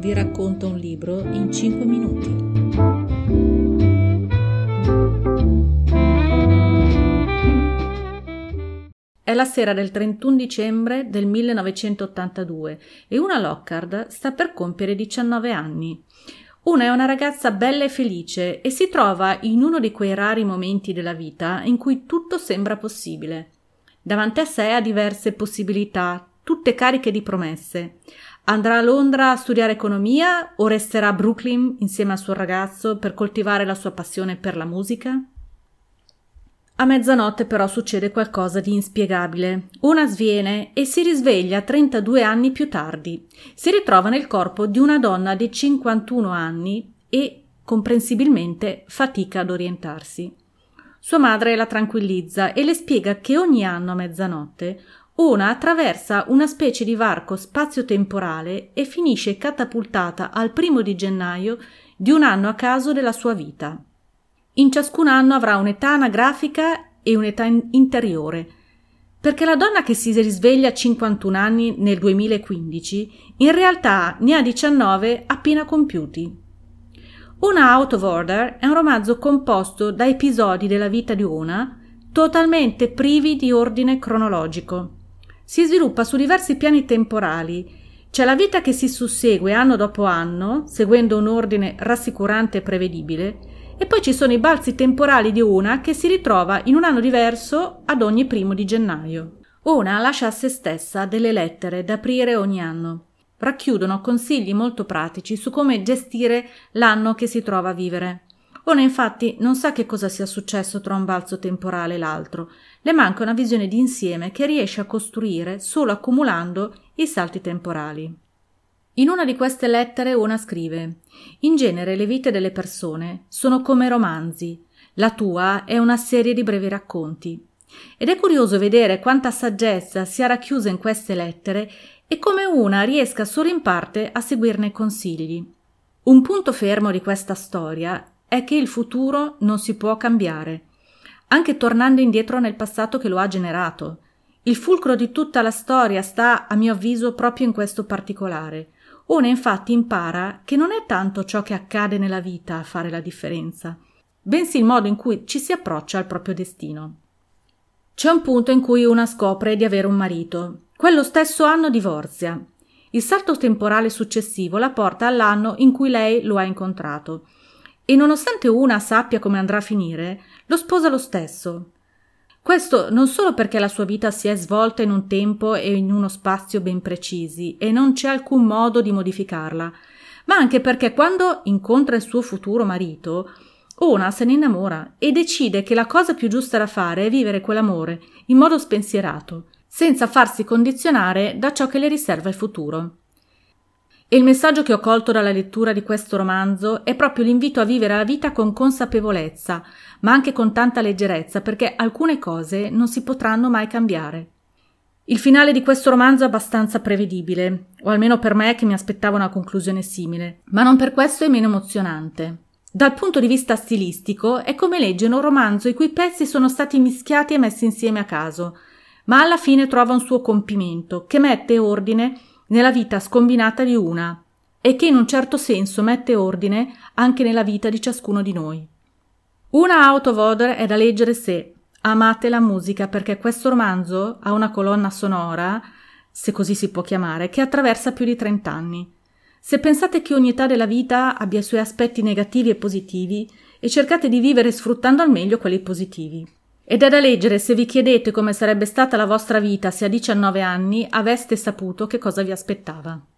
vi racconta un libro in 5 minuti. È la sera del 31 dicembre del 1982 e una Lockhart sta per compiere 19 anni. Una è una ragazza bella e felice e si trova in uno di quei rari momenti della vita in cui tutto sembra possibile. Davanti a sé ha diverse possibilità, tutte cariche di promesse. Andrà a Londra a studiare economia o resterà a Brooklyn insieme al suo ragazzo per coltivare la sua passione per la musica? A mezzanotte però succede qualcosa di inspiegabile. Una sviene e si risveglia 32 anni più tardi. Si ritrova nel corpo di una donna di 51 anni e, comprensibilmente, fatica ad orientarsi. Sua madre la tranquillizza e le spiega che ogni anno a mezzanotte una attraversa una specie di varco spazio-temporale e finisce catapultata al 1 di gennaio di un anno a caso della sua vita. In ciascun anno avrà un'età anagrafica e un'età interiore, perché la donna che si risveglia a 51 anni nel 2015 in realtà ne ha 19 appena compiuti. Una Out of Order è un romanzo composto da episodi della vita di una totalmente privi di ordine cronologico. Si sviluppa su diversi piani temporali. C'è la vita che si sussegue anno dopo anno, seguendo un ordine rassicurante e prevedibile, e poi ci sono i balzi temporali di una che si ritrova in un anno diverso ad ogni 1 di gennaio. Una lascia a se stessa delle lettere da aprire ogni anno. Racchiudono consigli molto pratici su come gestire l'anno che si trova a vivere. Una infatti non sa che cosa sia successo tra un balzo temporale e l'altro. Le manca una visione d'insieme che riesce a costruire solo accumulando i salti temporali. In una di queste lettere una scrive: «In genere le vite delle persone sono come romanzi. La tua è una serie di brevi racconti». Ed è curioso vedere quanta saggezza sia racchiusa in queste lettere e come una riesca solo in parte a seguirne i consigli. Un punto fermo di questa storia è che il futuro non si può cambiare, anche tornando indietro nel passato che lo ha generato. Il fulcro di tutta la storia sta, a mio avviso, proprio in questo particolare. Una infatti impara che non è tanto ciò che accade nella vita a fare la differenza, bensì il modo in cui ci si approccia al proprio destino. C'è un punto in cui una scopre di avere un marito. Quello stesso anno divorzia. Il salto temporale successivo la porta all'anno in cui lei lo ha incontrato. E nonostante una sappia come andrà a finire, lo sposa lo stesso. Questo non solo perché la sua vita si è svolta in un tempo e in uno spazio ben precisi e non c'è alcun modo di modificarla, ma anche perché quando incontra il suo futuro marito, una se ne innamora e decide che la cosa più giusta da fare è vivere quell'amore in modo spensierato, senza farsi condizionare da ciò che le riserva il futuro. E il messaggio che ho colto dalla lettura di questo romanzo è proprio l'invito a vivere la vita con consapevolezza, ma anche con tanta leggerezza, perché alcune cose non si potranno mai cambiare. Il finale di questo romanzo è abbastanza prevedibile, o almeno per me che mi aspettavo una conclusione simile, ma non per questo è meno emozionante. Dal punto di vista stilistico è come leggere un romanzo i cui pezzi sono stati mischiati e messi insieme a caso, ma alla fine trova un suo compimento, che mette ordine nella vita scombinata di una e che in un certo senso mette ordine anche nella vita di ciascuno di noi. Una Out of Order è da leggere se amate la musica, perché questo romanzo ha una colonna sonora, se così si può chiamare, che attraversa più di 30 anni. Se pensate che ogni età della vita abbia i suoi aspetti negativi e positivi e cercate di vivere sfruttando al meglio quelli positivi. Ed è da leggere se vi chiedete come sarebbe stata la vostra vita se a 19 anni aveste saputo che cosa vi aspettava.